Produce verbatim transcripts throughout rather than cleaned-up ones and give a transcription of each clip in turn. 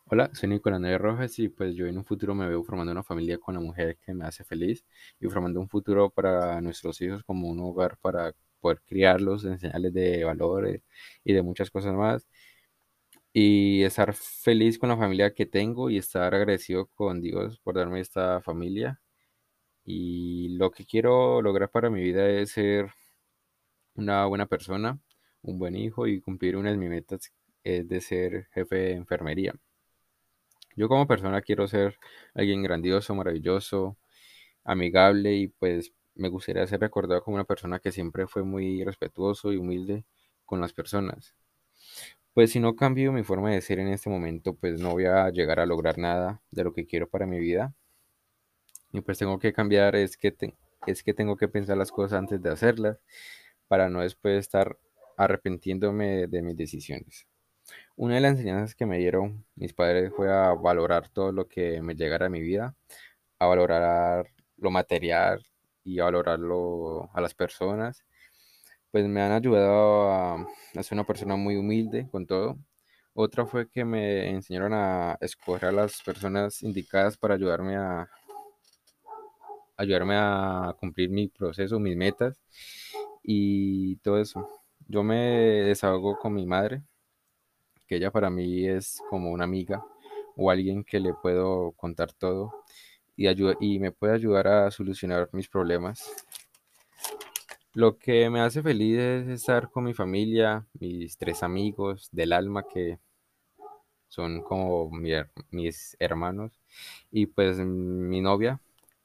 Hola, soy Nicolás Neve Rojas y pues yo en un futuro me veo formando una familia con la mujer que me hace feliz y formando un futuro para nuestros hijos como un hogar para poder criarlos, enseñarles de valores y de muchas cosas más y estar feliz con la familia que tengo y estar agradecido con Dios por darme esta familia. Y lo que quiero lograr para mi vida es ser una buena persona, un buen hijo y cumplir una de mis metas es de ser jefe de enfermería. Yo como persona quiero ser alguien grandioso, maravilloso, amigable y pues me gustaría ser recordado como una persona que siempre fue muy respetuoso y humilde con las personas. Pues si no cambio mi forma de ser en este momento, pues no voy a llegar a lograr nada de lo que quiero para mi vida. Y pues tengo que cambiar, es que, te- es que tengo que pensar las cosas antes de hacerlas para no después estar arrepintiéndome de mis decisiones. Una de las enseñanzas que me dieron mis padres fue a valorar todo lo que me llegara a mi vida, a valorar lo material y a valorarlo a las personas. Pues me han ayudado a, a ser una persona muy humilde con todo. Otra fue que me enseñaron a escoger a las personas indicadas para ayudarme a, ayudarme a cumplir mi proceso, mis metas y todo eso. Yo me desahogo con mi madre, que ella para mí es como una amiga o alguien que le puedo contar todo y, ayu- y me puede ayudar a solucionar mis problemas. Lo que me hace feliz es estar con mi familia, mis tres amigos del alma que son como mi her- mis hermanos y pues mi novia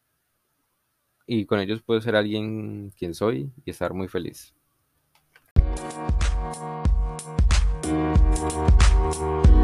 y con ellos puedo ser alguien quien soy y estar muy feliz.